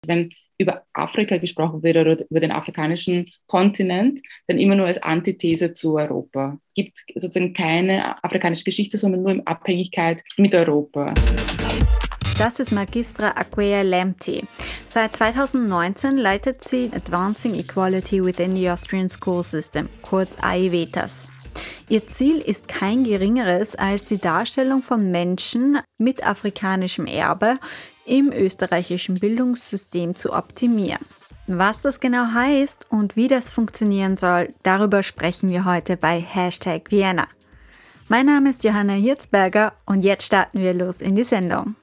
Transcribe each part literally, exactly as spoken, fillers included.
Wenn über Afrika gesprochen wird oder über den afrikanischen Kontinent, dann immer nur als Antithese zu Europa. Es gibt sozusagen keine afrikanische Geschichte, sondern nur in Abhängigkeit mit Europa. Das ist Magistra Akweya Lemti. Seit zweitausendneunzehn leitet sie Advancing Equality Within the Austrian School System, kurz A E W E T A S. Ihr Ziel ist kein geringeres als die Darstellung von Menschen mit afrikanischem Erbe im österreichischen Bildungssystem zu optimieren. Was das genau heißt und wie das funktionieren soll, darüber sprechen wir heute bei Hashtag Vienna. Mein Name ist Johanna Hirzberger und jetzt starten wir los in die Sendung.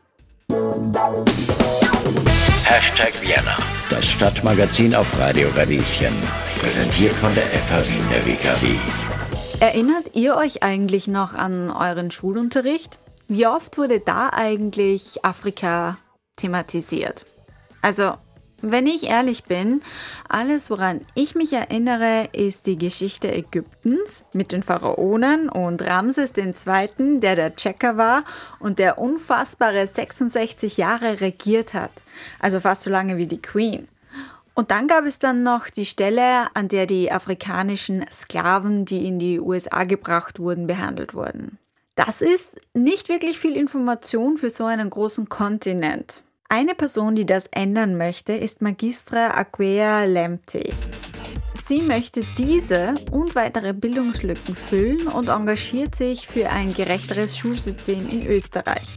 Hashtag Vienna, das Stadtmagazin auf Radio Radieschen. Präsentiert von der F H Wien der W K W. Erinnert ihr euch eigentlich noch an euren Schulunterricht? Wie oft wurde da eigentlich Afrika thematisiert? Also, wenn ich ehrlich bin, alles, woran ich mich erinnere, ist die Geschichte Ägyptens mit den Pharaonen und Ramses der Zweite., der der Checker war und der unfassbare sechsundsechzig Jahre regiert hat. Also fast so lange wie die Queen. Und dann gab es dann noch die Stelle, an der die afrikanischen Sklaven, die in die U S A gebracht wurden, behandelt wurden. Das ist nicht wirklich viel Information für so einen großen Kontinent. Eine Person, die das ändern möchte, ist Magistra Akweya Lemti. Sie möchte diese und weitere Bildungslücken füllen und engagiert sich für ein gerechteres Schulsystem in Österreich.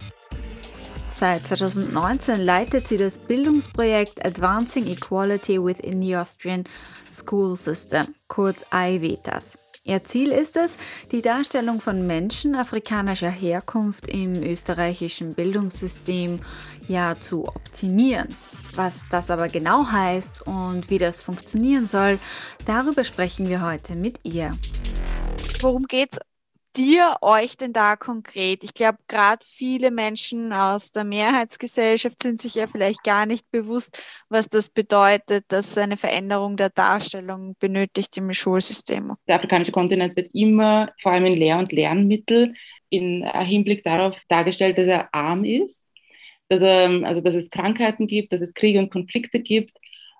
Seit zweitausendneunzehn leitet sie das Bildungsprojekt Advancing Equality Within the Austrian School System, kurz A E W E T A S. Ihr Ziel ist es, die Darstellung von Menschen afrikanischer Herkunft im österreichischen Bildungssystem ja zu optimieren. Was das aber genau heißt und wie das funktionieren soll, darüber sprechen wir heute mit ihr. Worum geht's dir, euch denn da konkret? Ich glaube, gerade viele Menschen aus der Mehrheitsgesellschaft sind sich ja vielleicht gar nicht bewusst, was das bedeutet, dass es eine Veränderung der Darstellung benötigt im Schulsystem. Der afrikanische Kontinent wird immer, vor allem in Lehr- und Lernmittel, im Hinblick darauf dargestellt, dass er arm ist, dass, er, also dass es Krankheiten gibt, dass es Kriege und Konflikte gibt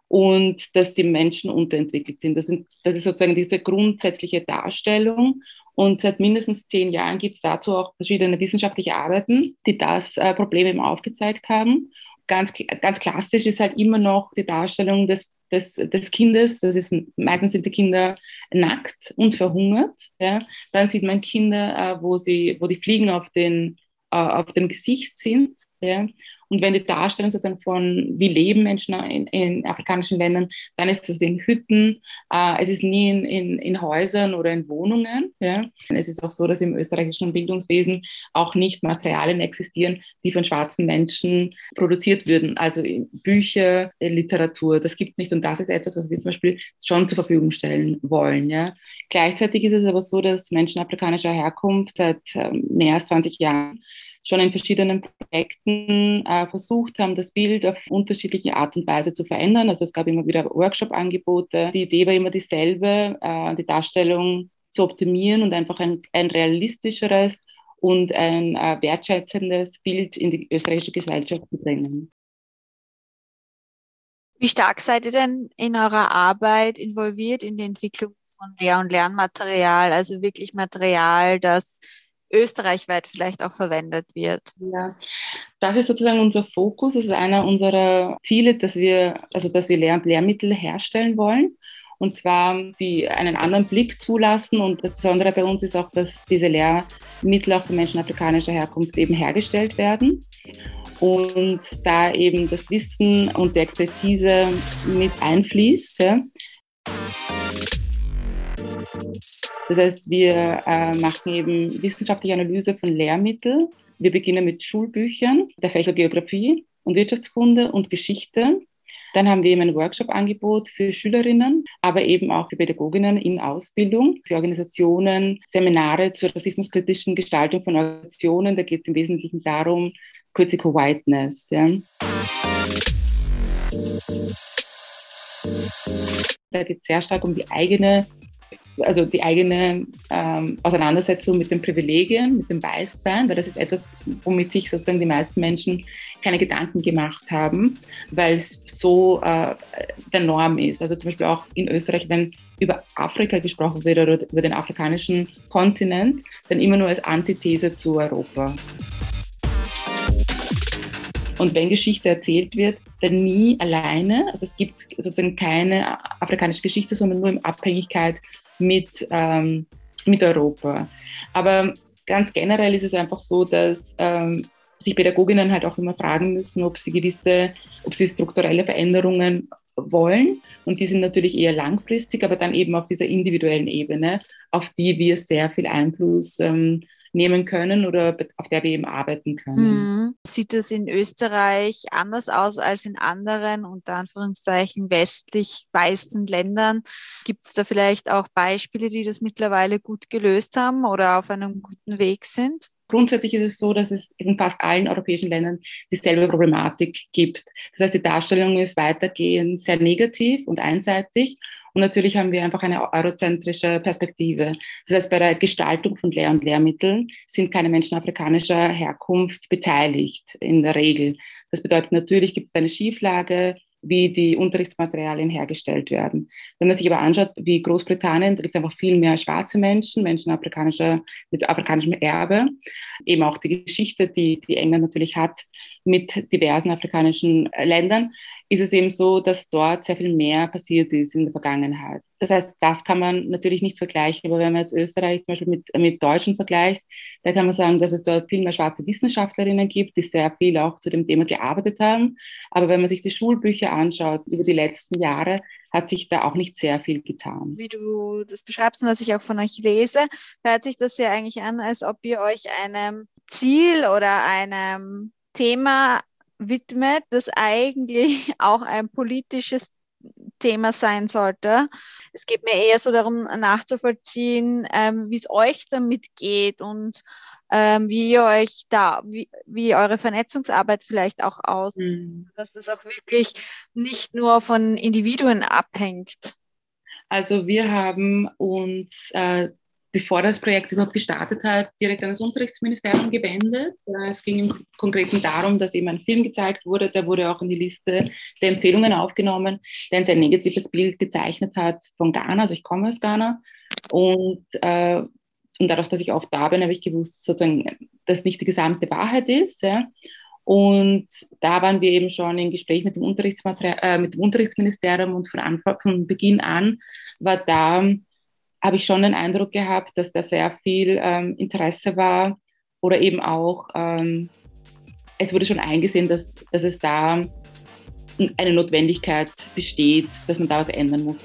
und dass die Menschen unterentwickelt sind. Das, sind, das ist sozusagen diese grundsätzliche Darstellung. Und seit mindestens zehn Jahren gibt es dazu auch verschiedene wissenschaftliche Arbeiten, die das äh, Problem eben aufgezeigt haben. Ganz, ganz klassisch ist halt immer noch die Darstellung des, des, des Kindes. Das ist, meistens sind die Kinder nackt und verhungert. Ja. Dann sieht man Kinder, äh, wo, sie, wo die Fliegen auf, den, äh, auf dem Gesicht sind. Ja. Und wenn die Darstellung sozusagen von, wie leben Menschen in, in afrikanischen Ländern, dann ist das in Hütten, äh, es ist nie in, in, in Häusern oder in Wohnungen. Ja. Es ist auch so, dass im österreichischen Bildungswesen auch nicht Materialien existieren, die von schwarzen Menschen produziert würden. Also Bücher, Literatur, das gibt es nicht. Und das ist etwas, was wir zum Beispiel schon zur Verfügung stellen wollen. Ja. Gleichzeitig ist es aber so, dass Menschen afrikanischer Herkunft seit äh, mehr als zwanzig Jahren schon in verschiedenen Projekten äh, versucht haben, das Bild auf unterschiedliche Art und Weise zu verändern. Also es gab immer wieder Workshop-Angebote. Die Idee war immer dieselbe, äh, die Darstellung zu optimieren und einfach ein, ein realistischeres und ein äh, wertschätzendes Bild in die österreichische Gesellschaft zu bringen. Wie stark seid ihr denn in eurer Arbeit involviert in die Entwicklung von Lehr- und Lernmaterial, also wirklich Material, das österreichweit vielleicht auch verwendet wird? Ja, das ist sozusagen unser Fokus. Das ist einer unserer Ziele, dass wir, also dass wir Lehr- und Lehrmittel herstellen wollen. Und zwar die einen anderen Blick zulassen. Und das Besondere bei uns ist auch, dass diese Lehrmittel auch für Menschen afrikanischer Herkunft eben hergestellt werden. Und da eben das Wissen und die Expertise mit einfließt. Ja. Das heißt, wir äh, machen eben wissenschaftliche Analyse von Lehrmitteln. Wir beginnen mit Schulbüchern, der Fächer Geografie und Wirtschaftskunde und Geschichte. Dann haben wir eben ein Workshop-Angebot für Schülerinnen, aber eben auch für Pädagoginnen in Ausbildung, für Organisationen, Seminare zur rassismuskritischen Gestaltung von Organisationen. Da geht es im Wesentlichen darum, Critical Whiteness. Ja. Da geht es sehr stark um die eigene also die eigene ähm, Auseinandersetzung mit den Privilegien, mit dem Weißsein, weil das ist etwas, womit sich sozusagen die meisten Menschen keine Gedanken gemacht haben, weil es so äh, der Norm ist. Also zum Beispiel auch in Österreich, wenn über Afrika gesprochen wird oder über den afrikanischen Kontinent, dann immer nur als Antithese zu Europa. Und wenn Geschichte erzählt wird, dann nie alleine. Also es gibt sozusagen keine afrikanische Geschichte, sondern nur in Abhängigkeit mit, ähm, mit Europa. Aber ganz generell ist es einfach so, dass ähm, sich Pädagoginnen halt auch immer fragen müssen, ob sie gewisse, ob sie strukturelle Veränderungen wollen. Und die sind natürlich eher langfristig, aber dann eben auf dieser individuellen Ebene, auf die wir sehr viel Einfluss ähm, nehmen können oder auf der wir eben arbeiten können. Mhm. Sieht es in Österreich anders aus als in anderen, unter Anführungszeichen, westlich weißen Ländern? Gibt es da vielleicht auch Beispiele, die das mittlerweile gut gelöst haben oder auf einem guten Weg sind? Grundsätzlich ist es so, dass es in fast allen europäischen Ländern dieselbe Problematik gibt. Das heißt, die Darstellung ist weitergehend sehr negativ und einseitig. Und natürlich haben wir einfach eine eurozentrische Perspektive. Das heißt, bei der Gestaltung von Lehr- und Lehrmitteln sind keine Menschen afrikanischer Herkunft beteiligt, in der Regel. Das bedeutet, natürlich gibt es eine Schieflage, wie die Unterrichtsmaterialien hergestellt werden. Wenn man sich aber anschaut, wie Großbritannien, da gibt es einfach viel mehr schwarze Menschen, Menschen afrikanischer, mit afrikanischem Erbe, eben auch die Geschichte, die, die England natürlich hat mit diversen afrikanischen Ländern, ist es eben so, dass dort sehr viel mehr passiert ist in der Vergangenheit. Das heißt, das kann man natürlich nicht vergleichen, aber wenn man jetzt Österreich zum Beispiel mit, mit Deutschland vergleicht, da kann man sagen, dass es dort viel mehr schwarze Wissenschaftlerinnen gibt, die sehr viel auch zu dem Thema gearbeitet haben. Aber wenn man sich die Schulbücher anschaut über die letzten Jahre, hat sich da auch nicht sehr viel getan. Wie du das beschreibst und was ich auch von euch lese, hört sich das ja eigentlich an, als ob ihr euch einem Ziel oder einem Thema widmet, das eigentlich auch ein politisches Thema sein sollte. Es geht mir eher so darum, nachzuvollziehen, ähm, wie es euch damit geht und ähm, wie ihr euch da, wie, wie eure Vernetzungsarbeit vielleicht auch aussieht, mhm. dass das auch wirklich nicht nur von Individuen abhängt. Also wir haben uns äh, bevor das Projekt überhaupt gestartet hat, direkt an das Unterrichtsministerium gewendet. Es ging im Konkreten darum, dass eben ein Film gezeigt wurde, der wurde auch in die Liste der Empfehlungen aufgenommen, der ein sehr negatives Bild gezeichnet hat von Ghana, also ich komme aus Ghana. Und, äh, und dadurch, dass ich auch da bin, habe ich gewusst, sozusagen, dass nicht die gesamte Wahrheit ist. Ja. Und da waren wir eben schon im Gespräch mit dem, Unterrichtsmaterial, äh, mit dem Unterrichtsministerium und von, Anfang, von Beginn an war da, habe ich schon den Eindruck gehabt, dass da sehr viel ähm, Interesse war oder eben auch, ähm, es wurde schon eingesehen, dass, dass es da eine Notwendigkeit besteht, dass man da was ändern muss.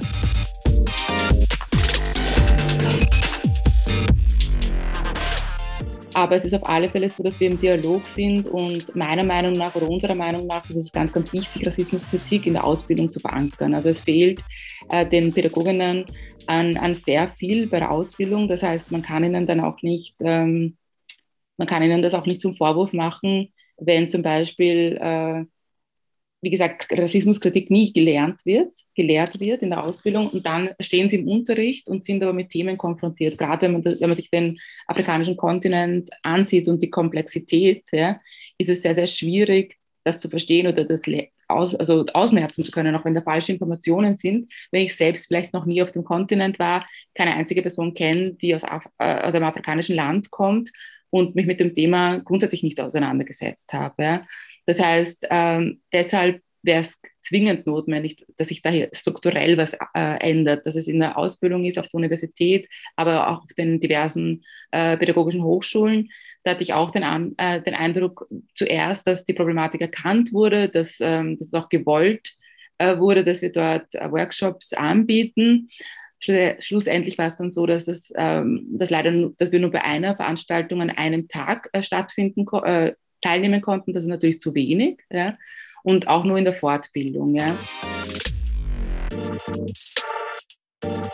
Aber es ist auf alle Fälle so, dass wir im Dialog sind und meiner Meinung nach oder unserer Meinung nach ist es ganz, ganz wichtig, Rassismuskritik in der Ausbildung zu verankern. Also es fehlt äh, den Pädagoginnen an, an sehr viel bei der Ausbildung. Das heißt, man kann ihnen dann auch nicht, ähm, man kann ihnen das auch nicht zum Vorwurf machen, wenn zum Beispiel, äh, wie gesagt, Rassismuskritik nie gelernt wird, gelehrt wird in der Ausbildung und dann stehen sie im Unterricht und sind aber mit Themen konfrontiert. Gerade wenn man, wenn man sich den afrikanischen Kontinent ansieht und die Komplexität, ja, ist es sehr, sehr schwierig, das zu verstehen oder das aus, also ausmerzen zu können, auch wenn da falsche Informationen sind. Wenn ich selbst vielleicht noch nie auf dem Kontinent war, keine einzige Person kenne, die aus, Af- äh, aus einem afrikanischen Land kommt und mich mit dem Thema grundsätzlich nicht auseinandergesetzt habe. Ja. Das heißt, ähm, deshalb wäre es zwingend notwendig, dass sich da hier strukturell was äh, ändert, dass es in der Ausbildung ist, auf der Universität, aber auch auf den diversen äh, pädagogischen Hochschulen. Da hatte ich auch den, An äh, den Eindruck zuerst, dass die Problematik erkannt wurde, dass, ähm, dass es auch gewollt äh, wurde, dass wir dort äh, Workshops anbieten. Schlussendlich war es dann so, dass, es, ähm, dass, leider, dass wir nur bei einer Veranstaltung an einem Tag äh, stattfinden ko äh, teilnehmen konnten. Das ist natürlich zu wenig, ja? Und auch nur in der Fortbildung. Ja?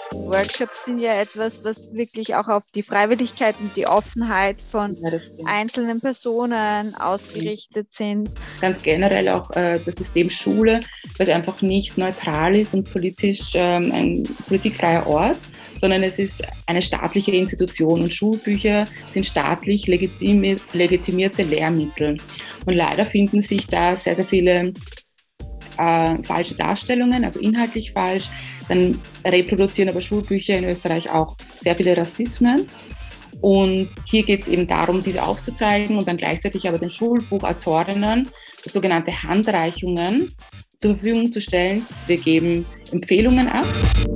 Workshops sind ja etwas, was wirklich auch auf die Freiwilligkeit und die Offenheit von ja, einzelnen Personen ausgerichtet sind. Ganz generell auch äh, das System Schule, das einfach nicht neutral ist und politisch ähm, ein politikfreier Ort, sondern es ist eine staatliche Institution und Schulbücher sind staatlich legitimi- legitimierte Lehrmittel. Und leider finden sich da sehr, sehr viele äh, falsche Darstellungen, also inhaltlich falsch. Dann reproduzieren aber Schulbücher in Österreich auch sehr viele Rassismen. Und hier geht es eben darum, diese aufzuzeigen und dann gleichzeitig aber den Schulbuchautorinnen sogenannte Handreichungen zur Verfügung zu stellen. Wir geben Empfehlungen ab.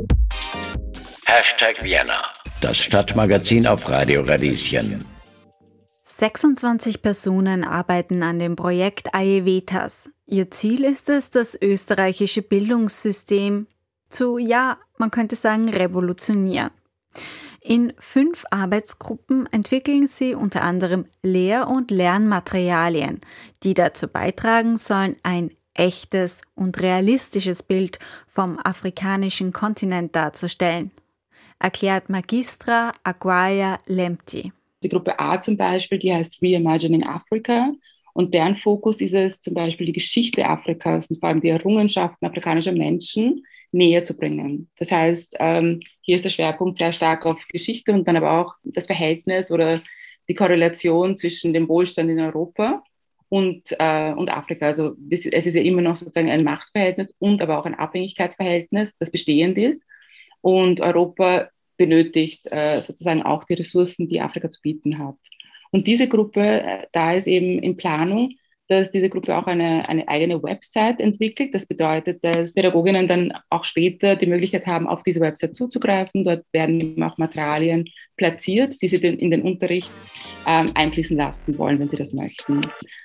Hashtag Vienna, das Stadtmagazin auf Radio Radieschen. sechsundzwanzig Personen arbeiten an dem Projekt Aevetas. Ihr Ziel ist es, das österreichische Bildungssystem zu, ja, man könnte sagen, revolutionieren. In fünf Arbeitsgruppen entwickeln sie unter anderem Lehr- und Lernmaterialien, die dazu beitragen sollen, ein echtes und realistisches Bild vom afrikanischen Kontinent darzustellen, erklärt Magistra Aguaya Lemti. Die Gruppe A zum Beispiel, die heißt Reimagining Africa und deren Fokus ist es zum Beispiel die Geschichte Afrikas und vor allem die Errungenschaften afrikanischer Menschen näher zu bringen. Das heißt, ähm, hier ist der Schwerpunkt sehr stark auf Geschichte und dann aber auch das Verhältnis oder die Korrelation zwischen dem Wohlstand in Europa und, äh, und Afrika. Also es ist ja immer noch sozusagen ein Machtverhältnis und aber auch ein Abhängigkeitsverhältnis, das bestehend ist. Und Europa benötigt äh, sozusagen auch die Ressourcen, die Afrika zu bieten hat. Und diese Gruppe, äh, da ist eben in Planung, dass diese Gruppe auch eine, eine eigene Website entwickelt. Das bedeutet, dass Pädagoginnen dann auch später die Möglichkeit haben, auf diese Website zuzugreifen. Dort werden eben auch Materialien platziert, die sie den, in den Unterricht ähm, einfließen lassen wollen, wenn sie das möchten.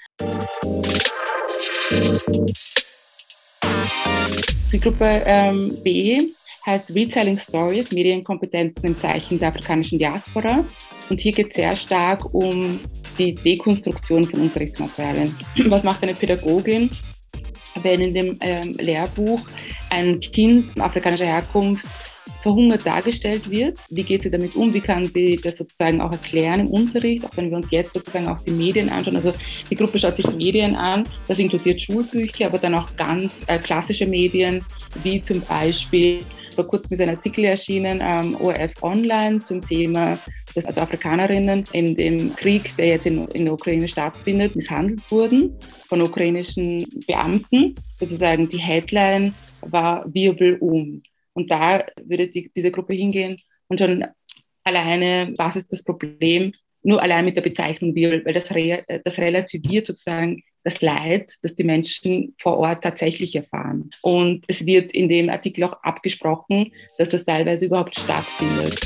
Die Gruppe ähm, B heißt Retelling Stories, Medienkompetenzen im Zeichen der afrikanischen Diaspora. Und hier geht es sehr stark um die Dekonstruktion von Unterrichtsmaterialien. Was macht eine Pädagogin, wenn in dem ähm, Lehrbuch ein Kind afrikanischer Herkunft verhungert dargestellt wird? Wie geht sie damit um? Wie kann sie das sozusagen auch erklären im Unterricht? Auch wenn wir uns jetzt sozusagen auch die Medien anschauen. Also die Gruppe schaut sich Medien an. Das inkludiert Schulbücher, aber dann auch ganz äh, klassische Medien, wie zum Beispiel vor kurzem ist ein Artikel erschienen am O R F Online zum Thema, dass also Afrikanerinnen in dem Krieg, der jetzt in, in der Ukraine stattfindet, misshandelt wurden von ukrainischen Beamten. Sozusagen die Headline war Wirbel um. Und da würde die, diese Gruppe hingehen und schon alleine, was ist das Problem, nur allein mit der Bezeichnung Wirbel, weil das, re, das relativiert sozusagen das Leid, das die Menschen vor Ort tatsächlich erfahren. Und es wird in dem Artikel auch abgesprochen, dass das teilweise überhaupt stattfindet.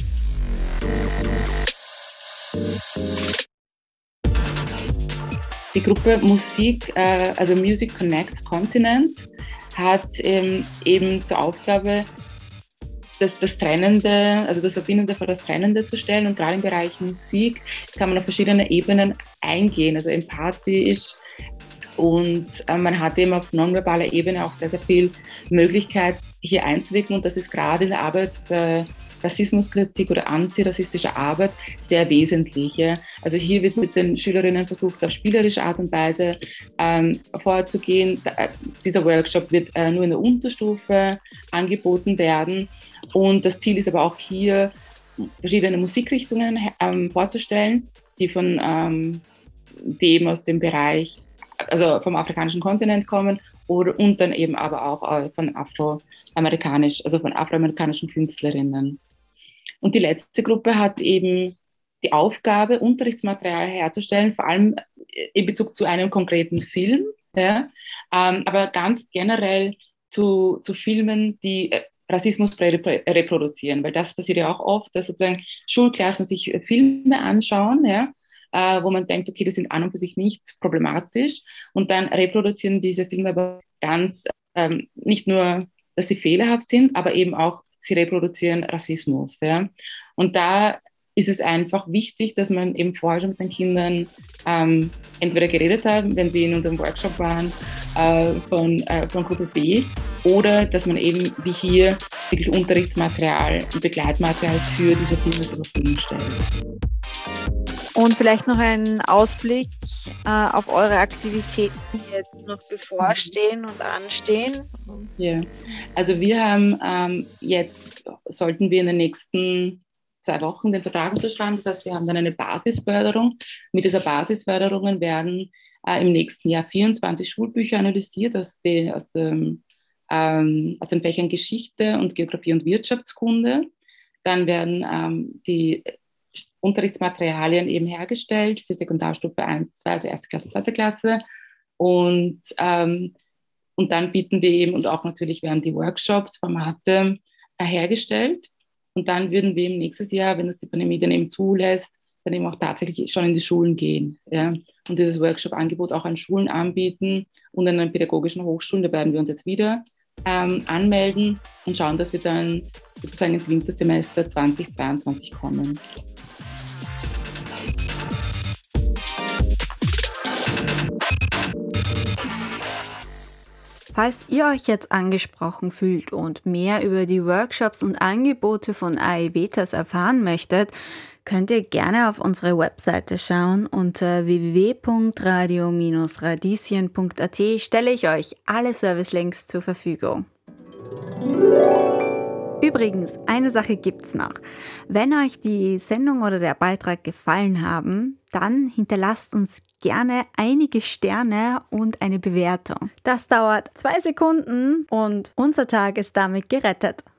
Die Gruppe Musik, äh, also Music Connects Continent, hat ähm, eben zur Aufgabe, Das, das Trennende, also das Verbindende vor das Trennende zu stellen. Und gerade im Bereich Musik kann man auf verschiedene Ebenen eingehen, also empathisch. Und äh, man hat eben auf nonverbaler Ebene auch sehr, sehr viel Möglichkeit, hier einzuwirken. Und das ist gerade in der Arbeit bei Rassismuskritik oder antirassistischer Arbeit sehr wesentlich. Ja. Also hier wird mit den Schülerinnen versucht, auf spielerische Art und Weise ähm, vorzugehen. Da, äh, dieser Workshop wird äh, nur in der Unterstufe angeboten werden. Und das Ziel ist aber auch hier, verschiedene Musikrichtungen ähm, vorzustellen, die von ähm, dem aus dem Bereich, also vom afrikanischen Kontinent kommen oder, und dann eben aber auch von afroamerikanisch, also von afroamerikanischen Künstlerinnen. Und die letzte Gruppe hat eben die Aufgabe, Unterrichtsmaterial herzustellen, vor allem in Bezug zu einem konkreten Film, ja, ähm, aber ganz generell zu, zu Filmen, die Rassismus reproduzieren, weil das passiert ja auch oft, dass sozusagen Schulklassen sich Filme anschauen, ja, äh, wo man denkt, okay, das sind an und für sich nicht problematisch und dann reproduzieren diese Filme aber ganz, ähm, nicht nur, dass sie fehlerhaft sind, aber eben auch, sie reproduzieren Rassismus. Ja. Und da ist es einfach wichtig, dass man eben vorher schon mit den Kindern ähm, entweder geredet hat, wenn sie in unserem Workshop waren, äh, von, äh, von Gruppe B, oder dass man eben wie hier wirklich Unterrichtsmaterial und Begleitmaterial für diese Kinder zur Verfügung stellen. Und vielleicht noch ein Ausblick äh, auf eure Aktivitäten, die jetzt noch bevorstehen und anstehen. Ja, also wir haben ähm, jetzt, sollten wir in den nächsten zwei Wochen den Vertrag unterschreiben. Das heißt, wir haben dann eine Basisförderung. Mit dieser Basisförderung werden äh, im nächsten Jahr vierundzwanzig Schulbücher analysiert aus, die, aus, dem, ähm, aus den Fächern Geschichte und Geografie und Wirtschaftskunde. Dann werden ähm, die Unterrichtsmaterialien eben hergestellt für Sekundarstufe eins, zwei, also erste Klasse, zweite Klasse. Und, ähm, und dann bieten wir eben, und auch natürlich werden die Workshops, Formate äh, hergestellt. Und dann würden wir im nächsten Jahr, wenn das die Pandemie dann eben zulässt, dann eben auch tatsächlich schon in die Schulen gehen. Ja? Und dieses Workshop-Angebot auch an Schulen anbieten und an den pädagogischen Hochschulen. Da werden wir uns jetzt wieder ähm, anmelden und schauen, dass wir dann sozusagen ins Wintersemester zweitausendzweiundzwanzig kommen. Falls ihr euch jetzt angesprochen fühlt und mehr über die Workshops und Angebote von AEVETAS erfahren möchtet, könnt ihr gerne auf unsere Webseite schauen. Unter w w w punkt radio Bindestrich radieschen punkt a t stelle ich euch alle Servicelinks zur Verfügung. Übrigens, eine Sache gibt's noch. Wenn euch die Sendung oder der Beitrag gefallen haben, dann hinterlasst uns gerne einige Sterne und eine Bewertung. Das dauert zwei Sekunden und unser Tag ist damit gerettet.